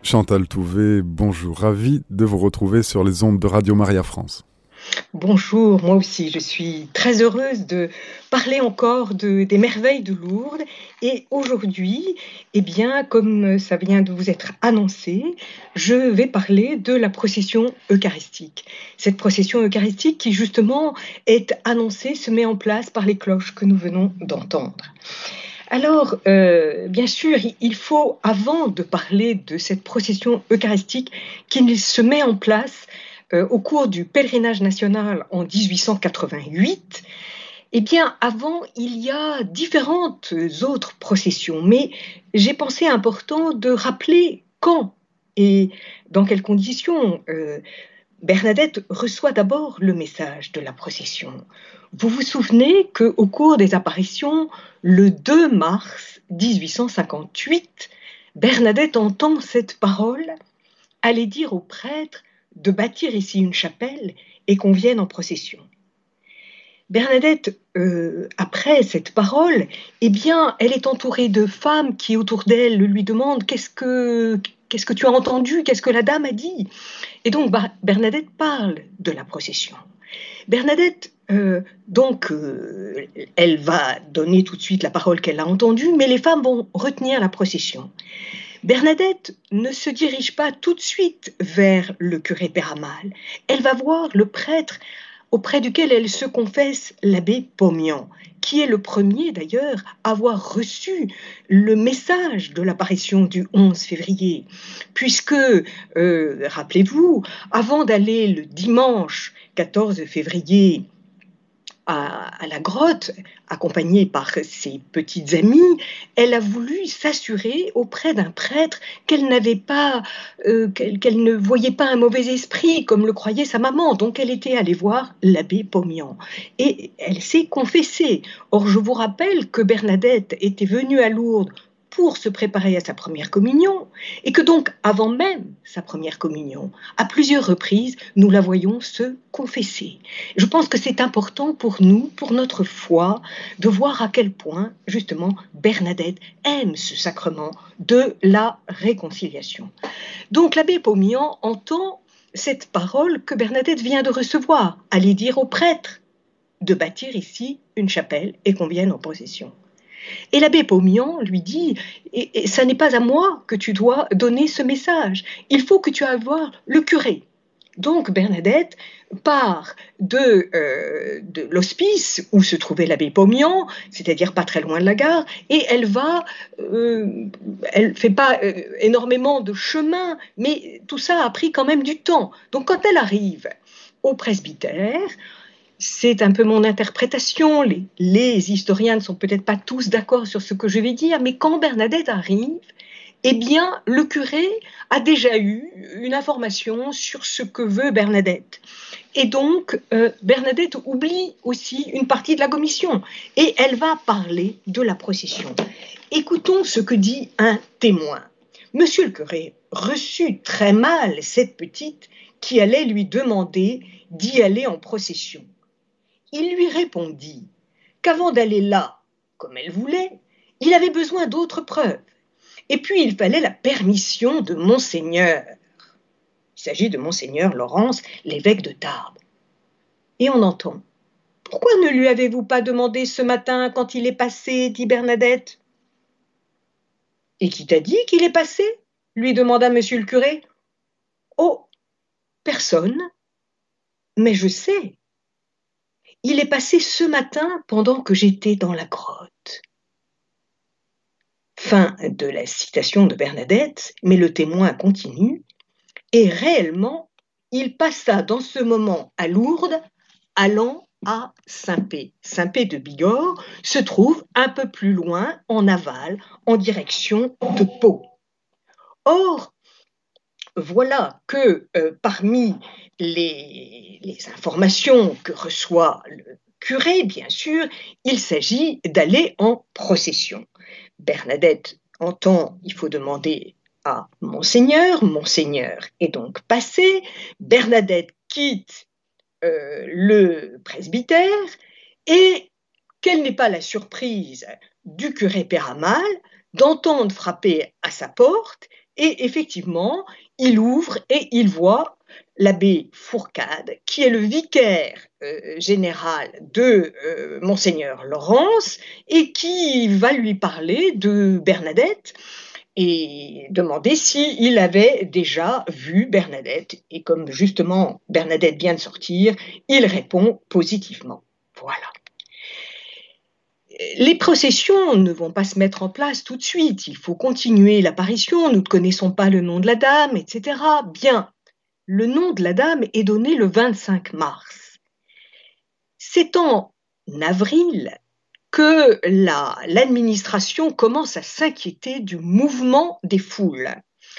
Chantal Touvé, bonjour, ravi de vous retrouver sur les ondes de Radio Maria France. Bonjour, moi aussi, je suis très heureuse de parler encore des merveilles de Lourdes. Et aujourd'hui, eh bien, comme ça vient de vous être annoncé, je vais parler de la procession eucharistique. Cette procession eucharistique qui, justement, est annoncée, se met en place par les cloches que nous venons d'entendre. Alors, bien sûr, il faut, avant de parler de cette procession eucharistique qui se met en place au cours du pèlerinage national en 1888, eh bien, avant, il y a différentes autres processions, mais j'ai pensé important de rappeler quand et dans quelles conditions Bernadette reçoit d'abord le message de la procession. Vous vous souvenez qu'au cours des apparitions, le 2 mars 1858, Bernadette entend cette parole « Allez dire aux prêtres de bâtir ici une chapelle et qu'on vienne en procession ». Bernadette, après cette parole, eh bien, elle est entourée de femmes qui, autour d'elle, lui demandent « Qu'est-ce que tu as entendu? Qu'est-ce que la dame a dit ?» Et donc, Bernadette parle de la procession. Bernadette, elle va donner tout de suite la parole qu'elle a entendue, mais les femmes vont retenir la procession. Bernadette ne se dirige pas tout de suite vers le curé Péramal. Elle va voir le prêtre auprès duquel elle se confesse, l'abbé Pomian, qui est le premier d'ailleurs à avoir reçu le message de l'apparition du 11 février. Puisque, rappelez-vous, avant d'aller le dimanche 14 février à la grotte, accompagnée par ses petites amies, elle a voulu s'assurer auprès d'un prêtre qu'elle ne voyait pas un mauvais esprit, comme le croyait sa maman. Donc elle était allée voir l'abbé Pomian. Et elle s'est confessée. Or, je vous rappelle que Bernadette était venue à Lourdes pour se préparer à sa première communion, et que donc, avant même sa première communion, à plusieurs reprises, nous la voyons se confesser. Je pense que c'est important pour nous, pour notre foi, de voir à quel point, justement, Bernadette aime ce sacrement de la réconciliation. Donc, l'abbé Pomian entend cette parole que Bernadette vient de recevoir, aller dire au prêtre de bâtir ici une chapelle et qu'on vienne en procession. Et l'abbé Pomian lui dit « Et ça n'est pas à moi que tu dois donner ce message. Il faut que tu ailles voir le curé. » Donc Bernadette part de l'hospice où se trouvait l'abbé Pomian, c'est-à-dire pas très loin de la gare, et elle fait pas énormément de chemin, mais tout ça a pris quand même du temps. Donc quand elle arrive au presbytère, c'est un peu mon interprétation, les historiens ne sont peut-être pas tous d'accord sur ce que je vais dire, mais quand Bernadette arrive, eh bien, le curé a déjà eu une information sur ce que veut Bernadette. Et donc, Bernadette oublie aussi une partie de la commission, et elle va parler de la procession. Écoutons ce que dit un témoin. Monsieur le curé reçut très mal cette petite qui allait lui demander d'y aller en procession. Il lui répondit qu'avant d'aller là, comme elle voulait, il avait besoin d'autres preuves. Et puis il fallait la permission de Monseigneur. Il s'agit de Monseigneur Laurence, l'évêque de Tarbes. Et on entend « Pourquoi ne lui avez-vous pas demandé ce matin quand il est passé ?» dit Bernadette. « Et qui t'a dit qu'il est passé ?» lui demanda monsieur le curé. « Oh, personne, mais je sais. Il est passé ce matin pendant que j'étais dans la grotte. » Fin de la citation de Bernadette, mais le témoin continue. Et réellement, il passa dans ce moment à Lourdes, allant à Saint-Pé. Saint-Pé de Bigorre se trouve un peu plus loin, en aval, en direction de Pau. Or, voilà que parmi les informations que reçoit le curé, bien sûr, il s'agit d'aller en procession. Bernadette entend, il faut demander à Monseigneur, Monseigneur est donc passé, Bernadette quitte le presbytère et quelle n'est pas la surprise du curé Péramal d'entendre frapper à sa porte Et effectivement, il ouvre et il voit l'abbé Fourcade, qui est le vicaire général de Monseigneur Laurence, et qui va lui parler de Bernadette et demander s'il avait déjà vu Bernadette. Et comme justement Bernadette vient de sortir, il répond positivement. Voilà. Les processions ne vont pas se mettre en place tout de suite. Il faut continuer l'apparition. Nous ne connaissons pas le nom de la dame, etc. Bien, le nom de la dame est donné le 25 mars. C'est en avril que l'administration commence à s'inquiéter du mouvement des foules.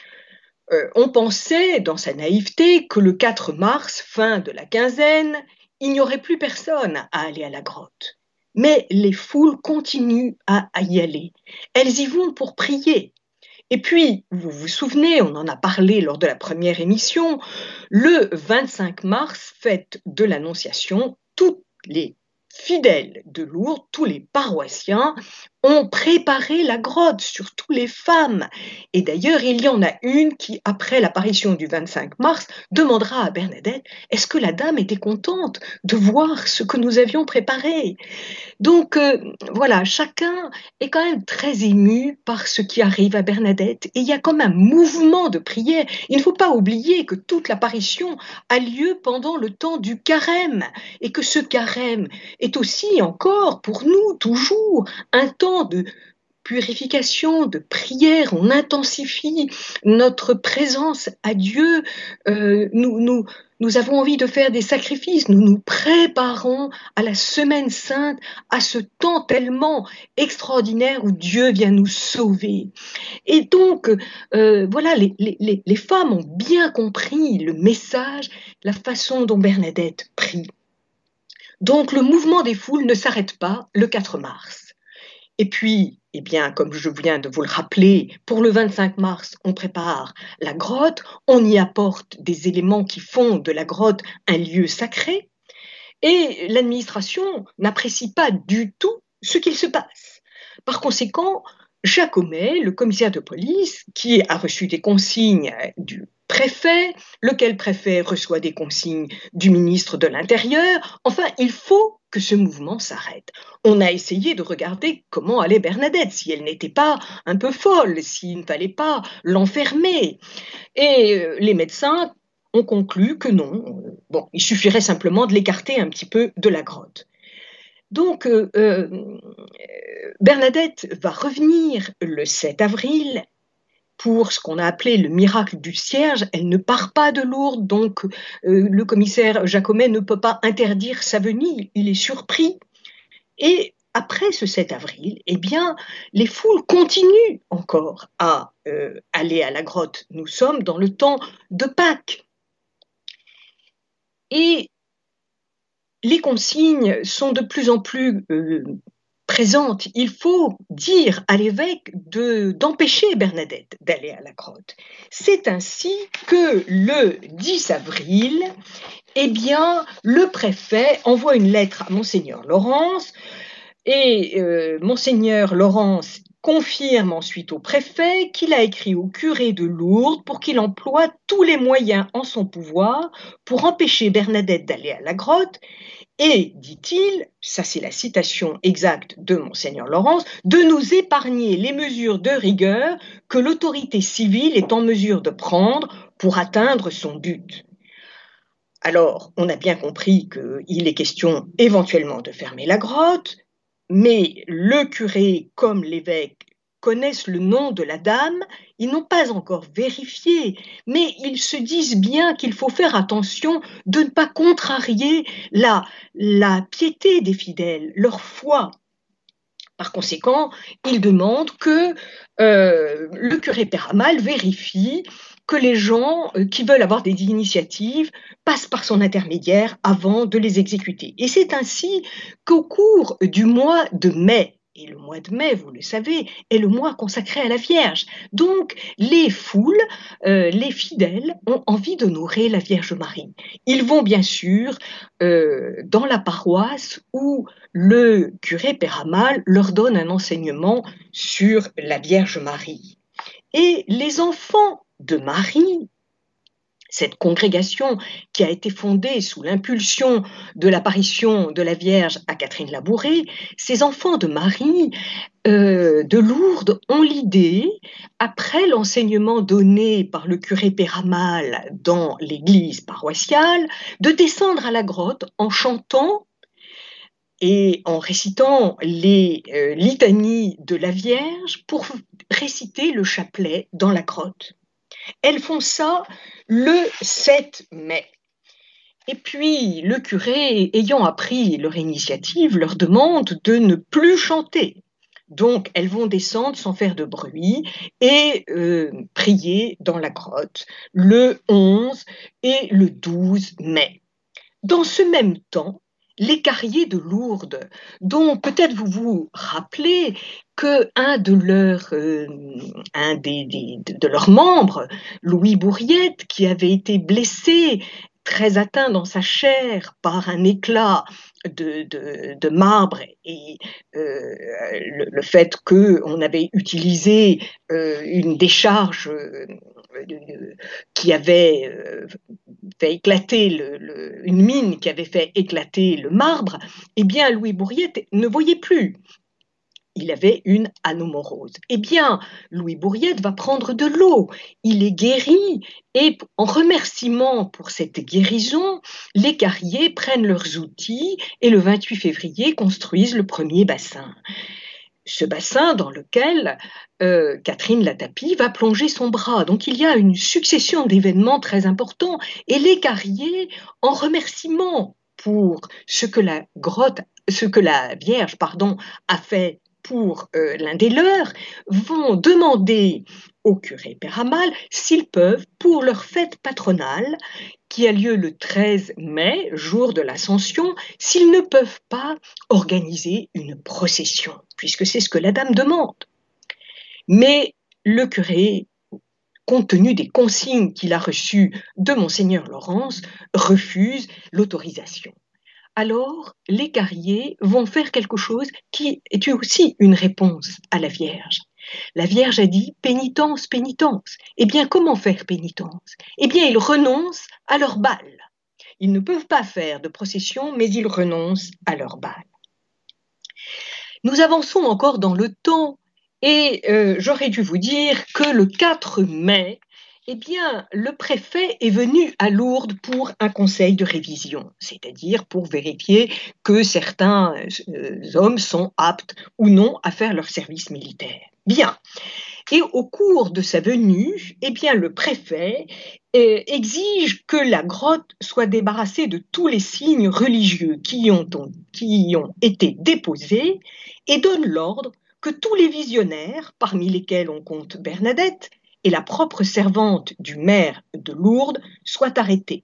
On pensait, dans sa naïveté, que le 4 mars, fin de la quinzaine, il n'y aurait plus personne à aller à la grotte. Mais les foules continuent à y aller. Elles y vont pour prier. Et puis, vous vous souvenez, on en a parlé lors de la première émission, le 25 mars, fête de l'Annonciation, toutes les fidèles de Lourdes, tous les paroissiens ont préparé la grotte, surtout les femmes. Et d'ailleurs, il y en a une qui, après l'apparition du 25 mars, demandera à Bernadette, est-ce que la dame était contente de voir ce que nous avions préparé ? Donc voilà, chacun est quand même très ému par ce qui arrive à Bernadette. Et il y a comme un mouvement de prière. Il ne faut pas oublier que toute l'apparition a lieu pendant le temps du carême et que ce carême est aussi encore pour nous toujours un temps de purification, de prière. On intensifie notre présence à Dieu. Nous avons envie de faire des sacrifices. Nous nous préparons à la semaine sainte, à ce temps tellement extraordinaire où Dieu vient nous sauver. Et donc, voilà, les femmes ont bien compris le message, la façon dont Bernadette prie. Donc, le mouvement des foules ne s'arrête pas le 4 mars. Et puis, eh bien, comme je viens de vous le rappeler, pour le 25 mars, on prépare la grotte, on y apporte des éléments qui font de la grotte un lieu sacré, et l'administration n'apprécie pas du tout ce qu'il se passe. Par conséquent, Jacomet, le commissaire de police, qui a reçu des consignes du préfet, lequel préfet reçoit des consignes du ministre de l'Intérieur, enfin, il faut que ce mouvement s'arrête. On a essayé de regarder comment allait Bernadette, si elle n'était pas un peu folle, s'il ne fallait pas l'enfermer. Et les médecins ont conclu que non, bon, il suffirait simplement de l'écarter un petit peu de la grotte. Donc, Bernadette va revenir le 7 avril pour ce qu'on a appelé le miracle du cierge. Elle ne part pas de Lourdes, donc le commissaire Jacomet ne peut pas interdire sa venue, il est surpris. Et après ce 7 avril, eh bien, les foules continuent encore à aller à la grotte. Nous sommes dans le temps de Pâques. Et les consignes sont de plus en plus présente. Il faut dire à l'évêque d'empêcher Bernadette d'aller à la grotte. C'est ainsi que le 10 avril, eh bien, le préfet envoie une lettre à Monseigneur Laurence et Monseigneur Laurence confirme ensuite au préfet qu'il a écrit au curé de Lourdes pour qu'il emploie tous les moyens en son pouvoir pour empêcher Bernadette d'aller à la grotte. Et, dit-il, ça c'est la citation exacte de Monseigneur Laurence, de nous épargner les mesures de rigueur que l'autorité civile est en mesure de prendre pour atteindre son but. Alors, on a bien compris qu'il est question éventuellement de fermer la grotte, mais le curé comme l'évêque connaissent le nom de la dame, ils n'ont pas encore vérifié, mais ils se disent bien qu'il faut faire attention de ne pas contrarier la piété des fidèles, leur foi. Par conséquent, ils demandent que le curé Péramal vérifie que les gens qui veulent avoir des initiatives passent par son intermédiaire avant de les exécuter. Et c'est ainsi qu'au cours du mois de mai, et le mois de mai, vous le savez, est le mois consacré à la Vierge. Donc, les foules, les fidèles ont envie d'honorer la Vierge Marie. Ils vont bien sûr dans la paroisse où le curé Péramal leur donne un enseignement sur la Vierge Marie. Et les enfants de Marie, cette congrégation qui a été fondée sous l'impulsion de l'apparition de la Vierge à Catherine Labouré, ces enfants de Marie de Lourdes ont l'idée, après l'enseignement donné par le curé Péramal dans l'église paroissiale, de descendre à la grotte en chantant et en récitant les litanies de la Vierge pour réciter le chapelet dans la grotte. Elles font ça le 7 mai. Et puis, le curé, ayant appris leur initiative, leur demande de ne plus chanter. Donc, elles vont descendre sans faire de bruit et prier dans la grotte le 11 et le 12 mai. Dans ce même temps, les Carriers de Lourdes, dont peut-être vous vous rappelez qu'un de leurs membres, Louis Bourriette, qui avait été blessé, très atteint dans sa chair par un éclat de marbre et le fait qu'on avait utilisé une décharge qui avait fait éclater une mine qui avait fait éclater le marbre, eh bien Louis Bourriette ne voyait plus. Il avait une anomorose. Eh bien, Louis Bourriette va prendre de l'eau. Il est guéri et en remerciement pour cette guérison, les Carriers prennent leurs outils et le 28 février construisent le premier bassin. Ce bassin dans lequel Catherine Latapie va plonger son bras. Donc il y a une succession d'événements très importants et les Carriers, en remerciement pour ce que la Vierge a fait pour l'un des leurs, vont demander au curé Péramal s'ils peuvent, pour leur fête patronale, qui a lieu le 13 mai, jour de l'Ascension, s'ils ne peuvent pas organiser une procession, puisque c'est ce que la dame demande. Mais le curé, compte tenu des consignes qu'il a reçues de Monseigneur Laurence, refuse l'autorisation. Alors, les Carriers vont faire quelque chose qui est aussi une réponse à la Vierge. La Vierge a dit « pénitence, pénitence ». Eh bien, comment faire pénitence ? Eh bien, ils renoncent à leur bal. Ils ne peuvent pas faire de procession, mais ils renoncent à leur bal. Nous avançons encore dans le temps et j'aurais dû vous dire que le 4 mai, eh bien, le préfet est venu à Lourdes pour un conseil de révision, c'est-à-dire pour vérifier que certains hommes sont aptes ou non à faire leur service militaire. Bien. Et au cours de sa venue, eh bien, le préfet exige que la grotte soit débarrassée de tous les signes religieux qui y ont été déposés et donne l'ordre que tous les visionnaires, parmi lesquels on compte Bernadette, et la propre servante du maire de Lourdes soient arrêtés.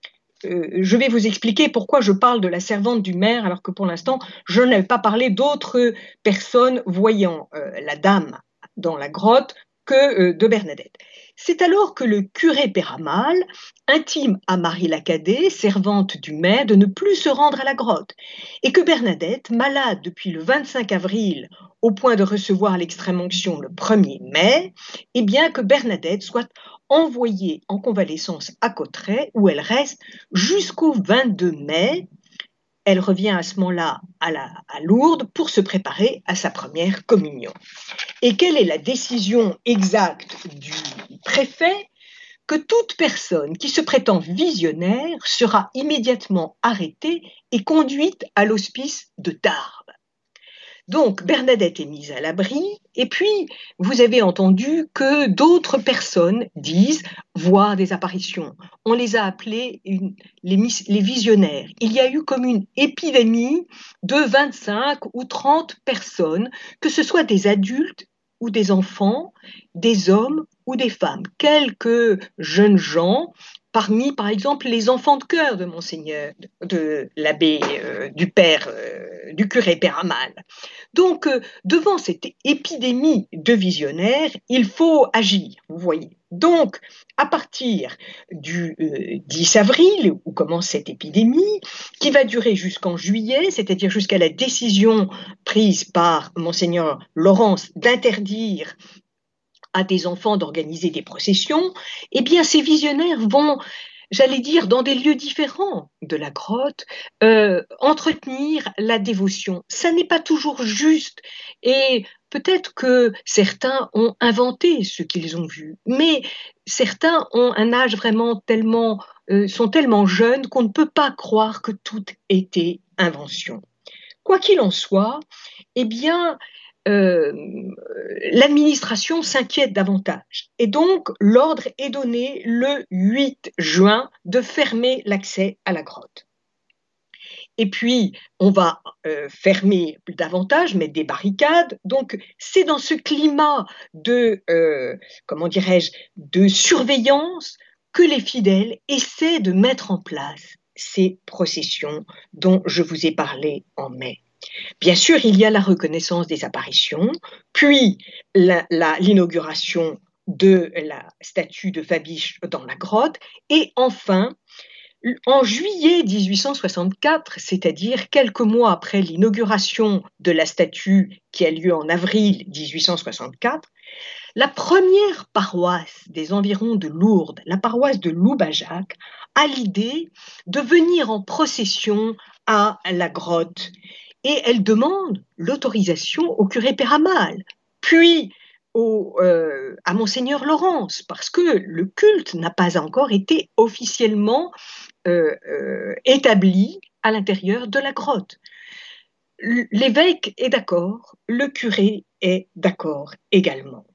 Je vais vous expliquer pourquoi je parle de la servante du maire alors que pour l'instant je n'ai pas d'autres personnes voyant la dame dans la grotte que de Bernadette. C'est alors que le curé Péramal intime à Marie Lacadet, servante du maire, de ne plus se rendre à la grotte et que Bernadette, malade depuis le 25 avril au point de recevoir l'extrême-onction le 1er mai, eh bien que Bernadette soit envoyée en convalescence à Cauterets où elle reste jusqu'au 22 mai. Elle revient à ce moment-là à Lourdes pour se préparer à sa première communion. Et quelle est la décision exacte du préfet ? Que toute personne qui se prétend visionnaire sera immédiatement arrêtée et conduite à l'hospice de Tarbes. Donc, Bernadette est mise à l'abri, et puis vous avez entendu que d'autres personnes disent voir des apparitions. On les a appelés les visionnaires. Il y a eu comme une épidémie de 25 ou 30 personnes, que ce soit des adultes ou des enfants, des hommes ou des femmes, quelques jeunes gens, parmi, par exemple, les enfants de chœur de Monseigneur, de l'abbé, du père, du curé Péramal. Donc, devant cette épidémie de visionnaires, il faut agir, vous voyez. Donc, à partir du 10 avril, où commence cette épidémie, qui va durer jusqu'en juillet, c'est-à-dire jusqu'à la décision prise par Monseigneur Laurence d'interdire à des enfants d'organiser des processions, eh bien ces visionnaires vont, j'allais dire, dans des lieux différents de la grotte, entretenir la dévotion. Ça n'est pas toujours juste et peut-être que certains ont inventé ce qu'ils ont vu, mais certains ont un âge vraiment tellement, sont tellement jeunes qu'on ne peut pas croire que tout était invention. Quoi qu'il en soit, eh bien, euh, l'administration s'inquiète davantage. Et donc, l'ordre est donné le 8 juin de fermer l'accès à la grotte. Et puis, on va fermer davantage, mettre des barricades. Donc, c'est dans ce climat de, comment dirais-je, de surveillance que les fidèles essaient de mettre en place ces processions dont je vous ai parlé en mai. Bien sûr, il y a la reconnaissance des apparitions, puis l'inauguration de la statue de Fabiche dans la grotte, et enfin, en juillet 1864, c'est-à-dire quelques mois après l'inauguration de la statue qui a lieu en avril 1864, la première paroisse des environs de Lourdes, la paroisse de Loubajac, a l'idée de venir en procession à la grotte et elle demande l'autorisation au curé Péramal, puis à Monseigneur Laurence, parce que le culte n'a pas encore été officiellement établi à l'intérieur de la grotte. L'évêque est d'accord, le curé est d'accord également.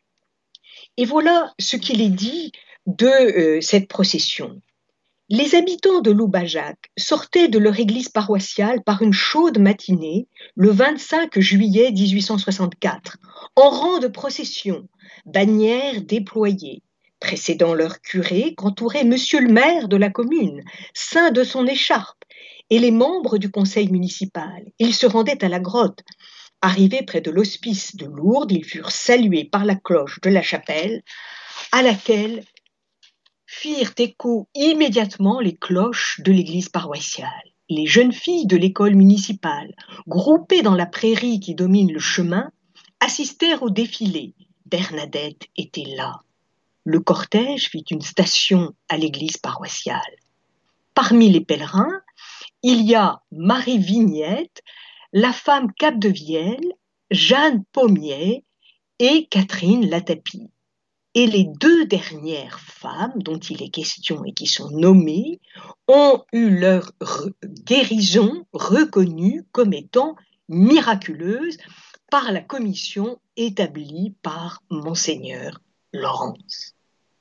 Et voilà ce qu'il est dit de cette procession. Les habitants de Loubajac sortaient de leur église paroissiale par une chaude matinée, le 25 juillet 1864, en rang de procession, bannières déployées, précédant leur curé qu'entourait monsieur le maire de la commune, ceint de son écharpe, et les membres du conseil municipal. Ils se rendaient à la grotte. Arrivés près de l'hospice de Lourdes, ils furent salués par la cloche de la chapelle, à laquelle firent écho immédiatement les cloches de l'église paroissiale. Les jeunes filles de l'école municipale, groupées dans la prairie qui domine le chemin, assistèrent au défilé. Bernadette était là. Le cortège fit une station à l'église paroissiale. Parmi les pèlerins, il y a Marie Vignette, la femme Capdevielle, Jeanne Pommier et Catherine Latapie. Et les deux dernières femmes dont il est question et qui sont nommées ont eu leur guérison reconnue comme étant miraculeuse par la commission établie par Monseigneur Laurence.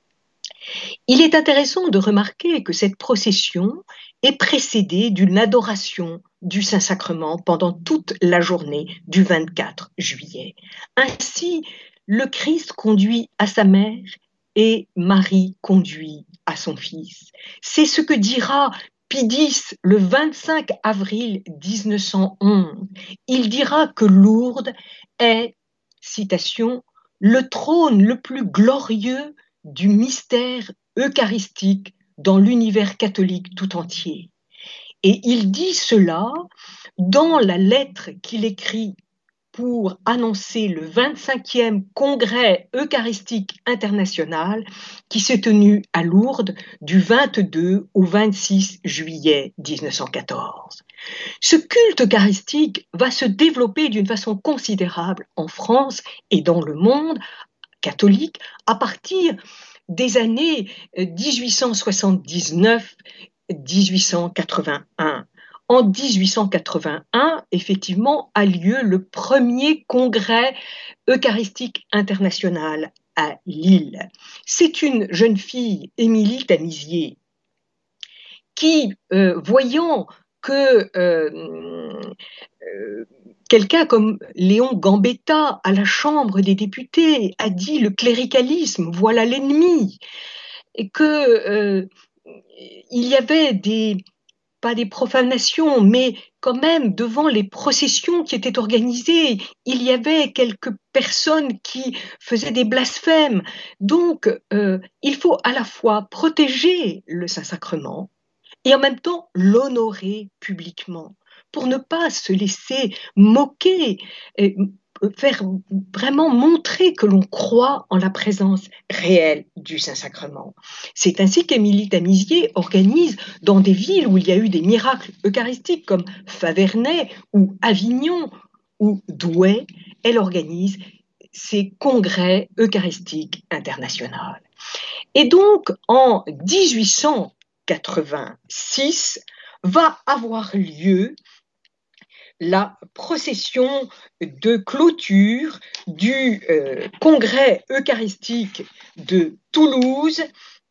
Il est intéressant de remarquer que cette procession est précédée d'une adoration du Saint-Sacrement pendant toute la journée du 24 juillet. Ainsi, le Christ conduit à sa mère et Marie conduit à son fils. C'est ce que dira Pie X le 25 avril 1911. Il dira que Lourdes est, citation, le trône le plus glorieux du mystère eucharistique dans l'univers catholique tout entier. Et il dit cela dans la lettre qu'il écrit pour annoncer le 25e congrès eucharistique international qui s'est tenu à Lourdes du 22 au 26 juillet 1914. Ce culte eucharistique va se développer d'une façon considérable en France et dans le monde catholique à partir des années 1879-1881. En 1881, effectivement, a lieu le premier congrès eucharistique international à Lille. C'est une jeune fille, Émilie Tamisier, qui, voyant que quelqu'un comme Léon Gambetta à la Chambre des députés a dit le cléricalisme, voilà l'ennemi, et que il y avait pas des profanations, mais quand même devant les processions qui étaient organisées, il y avait quelques personnes qui faisaient des blasphèmes. Donc, il faut à la fois protéger le Saint-Sacrement et en même temps l'honorer publiquement pour ne pas se laisser moquer. faire vraiment montrer que l'on croit en la présence réelle du Saint-Sacrement. C'est ainsi qu'Émilie Tamisier organise dans des villes où il y a eu des miracles eucharistiques comme Faverney ou Avignon ou Douai, elle organise ces congrès eucharistiques internationaux. Et donc, en 1886, va avoir lieu la procession de clôture du congrès eucharistique de Toulouse.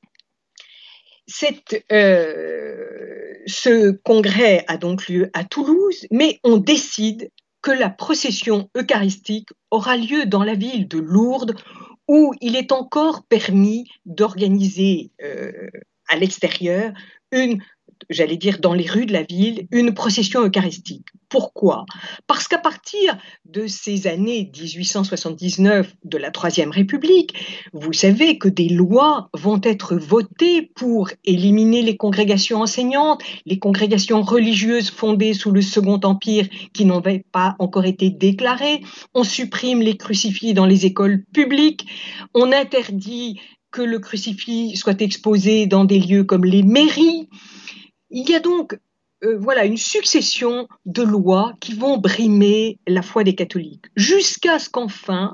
Ce congrès a donc lieu à Toulouse, mais on décide que la procession eucharistique aura lieu dans la ville de Lourdes, où il est encore permis d'organiser à l'extérieur dans les rues de la ville, une procession eucharistique. Pourquoi ? Parce qu'à partir de ces années 1879 de la Troisième République, vous savez que des lois vont être votées pour éliminer les congrégations enseignantes, les congrégations religieuses fondées sous le Second Empire qui n'avaient pas encore été déclarées. On supprime les crucifix dans les écoles publiques. On interdit que le crucifix soit exposé dans des lieux comme les mairies. Il y a donc une succession de lois qui vont brimer la foi des catholiques, jusqu'à ce qu'enfin,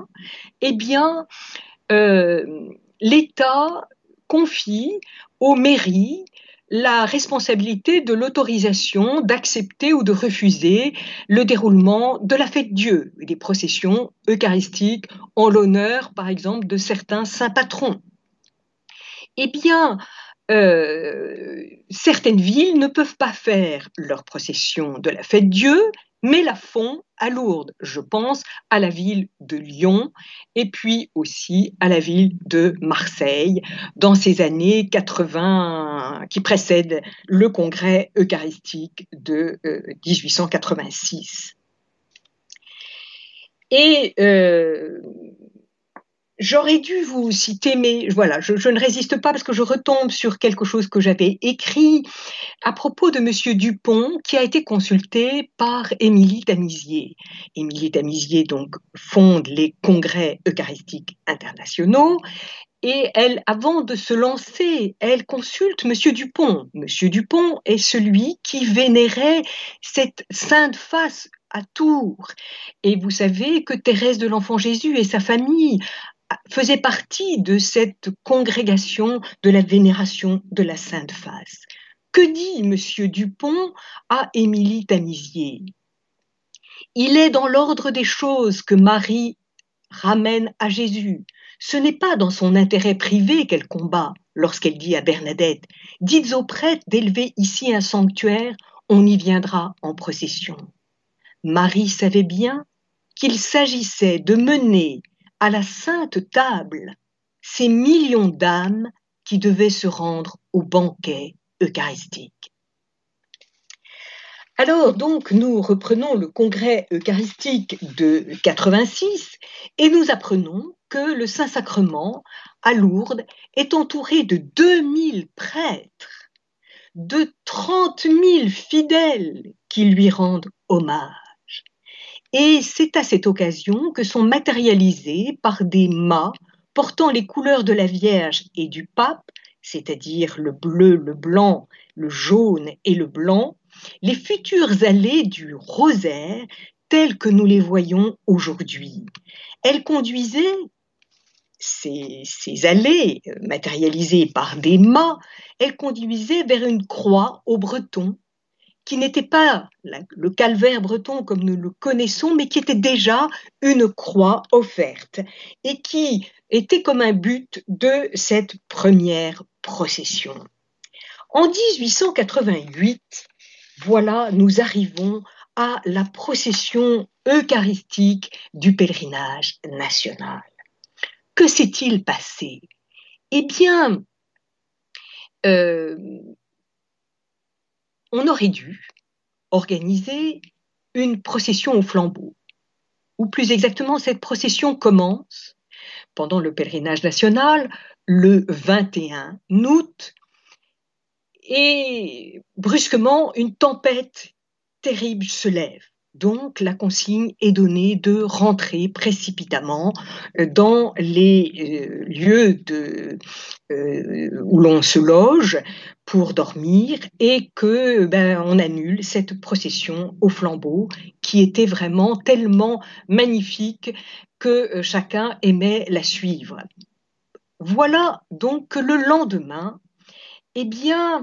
l'État confie aux mairies la responsabilité de l'autorisation d'accepter ou de refuser le déroulement de la fête Dieu, des processions eucharistiques en l'honneur, par exemple, de certains saints patrons. Certaines villes ne peuvent pas faire leur procession de la fête Dieu, mais la font à Lourdes. Je pense à la ville de Lyon et puis aussi à la ville de Marseille dans ces années 80 qui précèdent le congrès eucharistique de 1886. J'aurais dû vous citer, mais voilà, je ne résiste pas parce que je retombe sur quelque chose que j'avais écrit à propos de Monsieur Dupont, qui a été consulté par Émilie Tamisier. Émilie Tamisier, donc, fonde les congrès eucharistiques internationaux. Et elle, avant de se lancer, elle consulte Monsieur Dupont. Monsieur Dupont est celui qui vénérait cette sainte face à Tours. Et vous savez que Thérèse de l'Enfant Jésus et sa famille faisaient partie de cette congrégation de la vénération de la Sainte Face. Que dit Monsieur Dupont à Émilie Tamisier ? Il est dans l'ordre des choses que Marie ramène à Jésus. Ce n'est pas dans son intérêt privé qu'elle combat lorsqu'elle dit à Bernadette « Dites aux prêtres d'élever ici un sanctuaire, on y viendra en procession. » Marie savait bien qu'il s'agissait de mener à la sainte table ces millions d'âmes qui devaient se rendre au banquet eucharistique. Alors donc nous reprenons le congrès eucharistique de 86 et nous apprenons que le Saint-Sacrement à Lourdes est entouré de 2000 prêtres, de 30 000 fidèles qui lui rendent hommage. Et c'est à cette occasion que sont matérialisés par des mâts portant les couleurs de la Vierge et du Pape, c'est-à-dire le bleu, le blanc, le jaune et le blanc, les futures allées du rosaire telles que nous les voyons aujourd'hui. Elles conduisaient, ces allées matérialisées par des mâts, elles conduisaient vers une croix au breton, qui n'était pas le calvaire breton comme nous le connaissons, mais qui était déjà une croix offerte et qui était comme un but de cette première procession. En 1888, voilà, nous arrivons à la procession eucharistique du pèlerinage national. Que s'est-il passé ? Eh bien, on aurait dû organiser une procession au flambeau. Ou plus exactement, cette procession commence pendant le pèlerinage national le 21 août et brusquement, une tempête terrible se lève. Donc, la consigne est donnée de rentrer précipitamment dans les lieux où l'on se loge pour dormir et que on annule cette procession au flambeau qui était vraiment tellement magnifique que chacun aimait la suivre. Voilà donc que le lendemain, eh bien,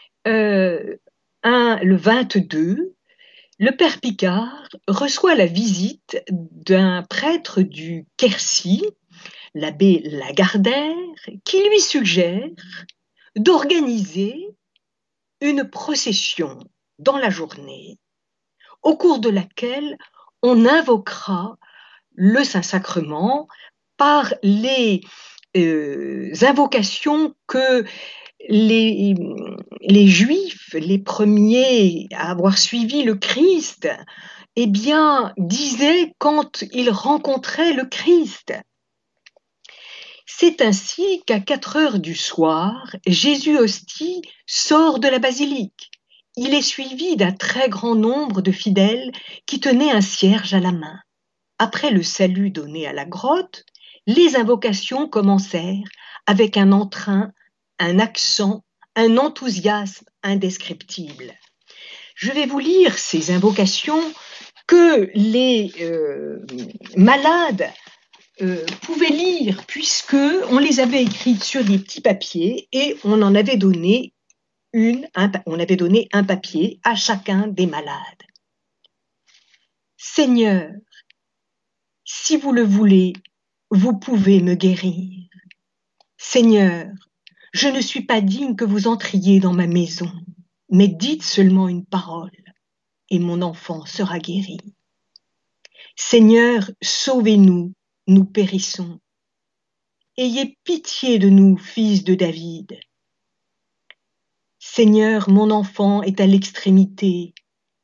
le 22, le père Picard reçoit la visite d'un prêtre du Quercy, l'abbé Lagardère, qui lui suggère d'organiser une procession dans la journée, au cours de laquelle on invoquera le Saint-Sacrement par les invocations que les, les Juifs, les premiers à avoir suivi le Christ, eh bien, disaient quand ils rencontraient le Christ. C'est ainsi qu'à 4 heures du soir, Jésus hostie sort de la basilique. Il est suivi d'un très grand nombre de fidèles qui tenaient un cierge à la main. Après le salut donné à la grotte, les invocations commencèrent avec un entrain, un accent, un enthousiasme indescriptible. Je vais vous lire ces invocations que les malades pouvaient lire puisque on les avait écrites sur des petits papiers et on en avait donné on avait donné un papier à chacun des malades. Seigneur, si vous le voulez, vous pouvez me guérir. Seigneur, je ne suis pas digne que vous entriez dans ma maison, mais dites seulement une parole et mon enfant sera guéri. Seigneur, sauvez-nous, nous périssons. Ayez pitié de nous, fils de David. Seigneur, mon enfant est à l'extrémité.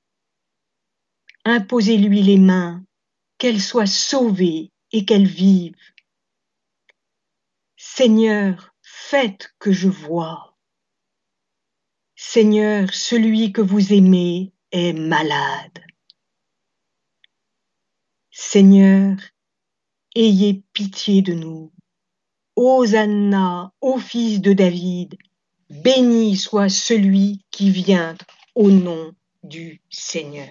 Imposez-lui les mains, qu'elle soit sauvée et qu'elle vive. Seigneur, faites que je voie. Seigneur, celui que vous aimez est malade. Seigneur, ayez pitié de nous. Hosanna, ô fils de David, béni soit celui qui vient au nom du Seigneur.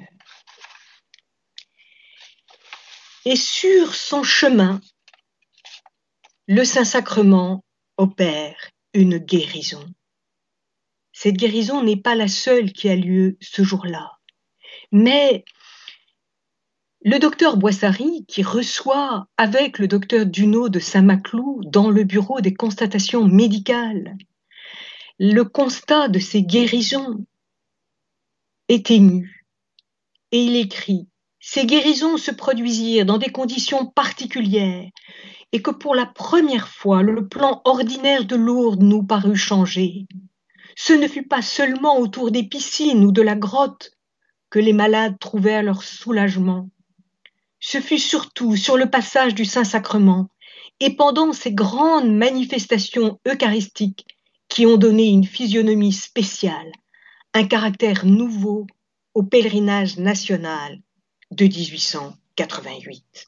Et sur son chemin, le Saint-Sacrement opère une guérison. Cette guérison n'est pas la seule qui a lieu ce jour-là, mais le docteur Boissary, qui reçoit avec le docteur Duno de Saint-Maclou dans le bureau des constatations médicales, le constat de ces guérisons est ému et il écrit « Ces guérisons se produisirent dans des conditions particulières et que pour la première fois le plan ordinaire de Lourdes nous parut changer. Ce ne fut pas seulement autour des piscines ou de la grotte que les malades trouvèrent leur soulagement. Ce fut surtout sur le passage du Saint-Sacrement et pendant ces grandes manifestations eucharistiques qui ont donné une physionomie spéciale, un caractère nouveau au pèlerinage national de 1888.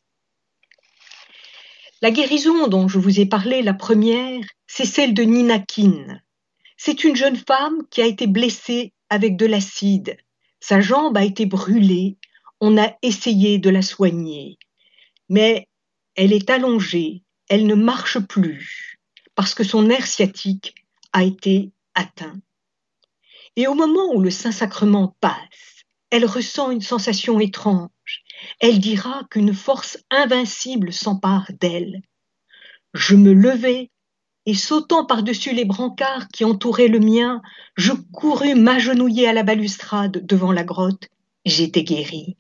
La guérison dont je vous ai parlé, la première, c'est celle de Nina Keane. C'est une jeune femme qui a été blessée avec de l'acide. Sa jambe a été brûlée. On a essayé de la soigner. Mais elle est allongée. Elle ne marche plus parce que son nerf sciatique a été atteint. Et au moment où le Saint-Sacrement passe, elle ressent une sensation étrange. Elle dira qu'une force invincible s'empare d'elle. Je me levai et sautant par-dessus les brancards qui entouraient le mien, je courus m'agenouiller à la balustrade devant la grotte. J'étais guérie.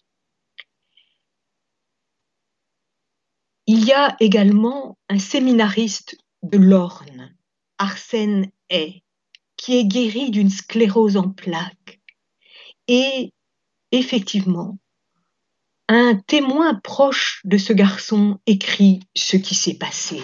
Il y a également un séminariste de l'Orne, Arsène Hay, qui est guéri d'une sclérose en plaques. Et effectivement, un témoin proche de ce garçon écrit ce qui s'est passé.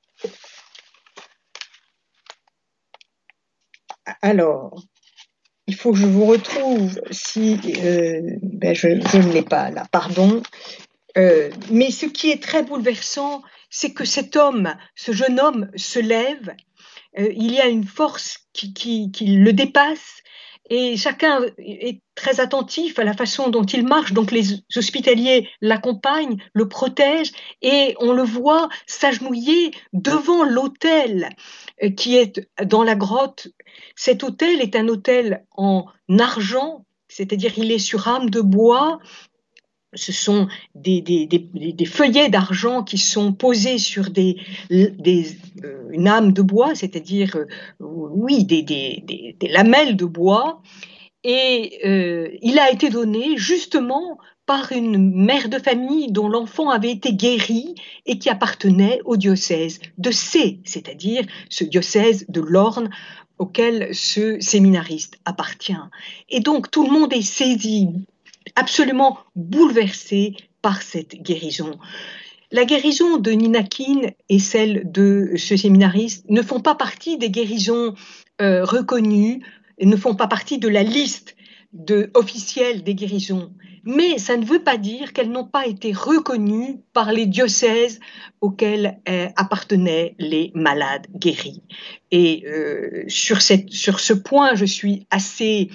Alors, il faut que je vous retrouve si je ne l'ai pas là, pardon. Mais ce qui est très bouleversant, c'est que cet homme, ce jeune homme, se lève. Il y a une force qui le dépasse. Et chacun est très attentif à la façon dont il marche. Donc les hospitaliers l'accompagnent, le protègent, et on le voit s'agenouiller devant l'autel qui est dans la grotte. Cet autel est un autel en argent, c'est-à-dire il est sur rame de bois. Ce sont des feuillets d'argent qui sont posés sur une âme de bois, c'est-à-dire des lamelles de bois. Et il a été donné justement par une mère de famille dont l'enfant avait été guéri et qui appartenait au diocèse de C, c'est-à-dire ce diocèse de l'Orne auquel ce séminariste appartient. Et donc tout le monde est saisi, absolument bouleversé par cette guérison. La guérison de Nina Keane et celle de ce séminariste ne font pas partie des guérisons reconnues, ne font pas partie de la liste officielle des guérisons. Mais ça ne veut pas dire qu'elles n'ont pas été reconnues par les diocèses auxquels appartenaient les malades guéris. Et sur ce point, je suis assez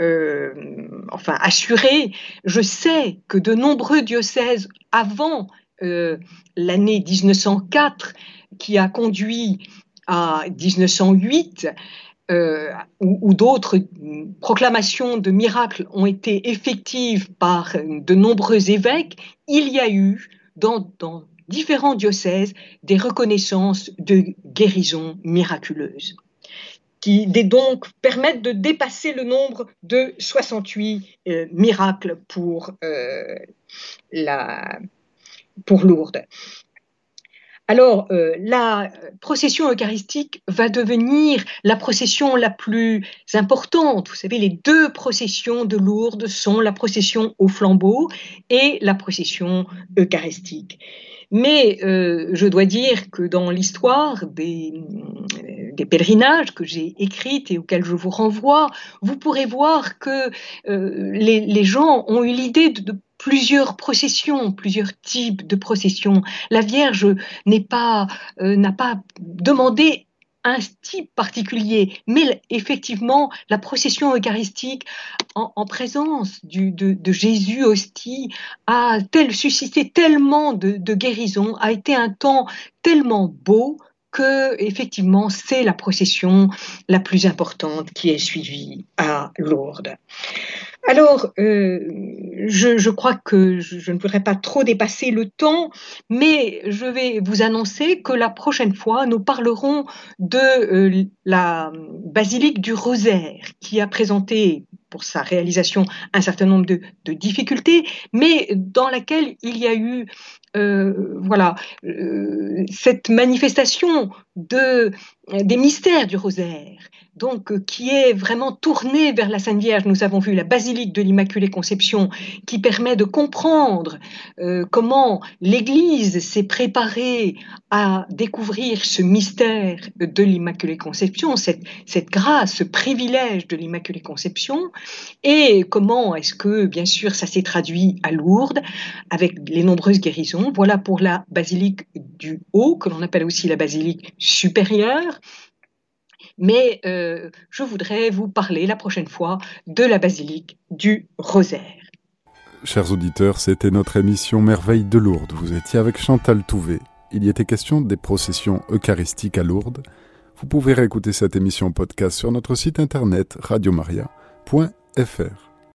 assurée. Je sais que de nombreux diocèses avant l'année 1904, qui a conduit à 1908, où d'autres proclamations de miracles ont été effectives par de nombreux évêques, il y a eu dans différents diocèses des reconnaissances de guérisons miraculeuses qui donc permettent de dépasser le nombre de 68 miracles pour Lourdes. Alors, la procession eucharistique va devenir la procession la plus importante. Vous savez, les deux processions de Lourdes sont la procession au flambeau et la procession eucharistique. Mais je dois dire que dans l'histoire des pèlerinages que j'ai écrites et auxquels je vous renvoie, vous pourrez voir que les gens ont eu l'idée de plusieurs processions, plusieurs types de processions. La Vierge n'a pas demandé un type particulier, mais effectivement, la procession eucharistique en présence de Jésus hostie a suscité tellement de guérison, a été un temps tellement beau que effectivement c'est la procession la plus importante qui est suivie à Lourdes. Alors, je crois que je ne voudrais pas trop dépasser le temps, mais je vais vous annoncer que la prochaine fois, nous parlerons de la basilique du Rosaire, qui a présenté pour sa réalisation un certain nombre de difficultés, mais dans laquelle il y a eu cette manifestation des mystères du Rosaire, donc qui est vraiment tournée vers la Sainte Vierge. Nous avons vu la basilique de l'Immaculée Conception qui permet de comprendre comment l'Église s'est préparée à découvrir ce mystère de l'Immaculée Conception, cette grâce, ce privilège de l'Immaculée Conception, et comment est-ce que, bien sûr, ça s'est traduit à Lourdes avec les nombreuses guérisons. Voilà pour la basilique du Haut, que l'on appelle aussi la basilique supérieure. Mais je voudrais vous parler la prochaine fois de la basilique du Rosaire. Chers auditeurs, c'était notre émission Merveilles de Lourdes. Vous étiez avec Chantal Touvet. Il y était question des processions eucharistiques à Lourdes. Vous pouvez réécouter cette émission podcast sur notre site internet radiomaria.fr.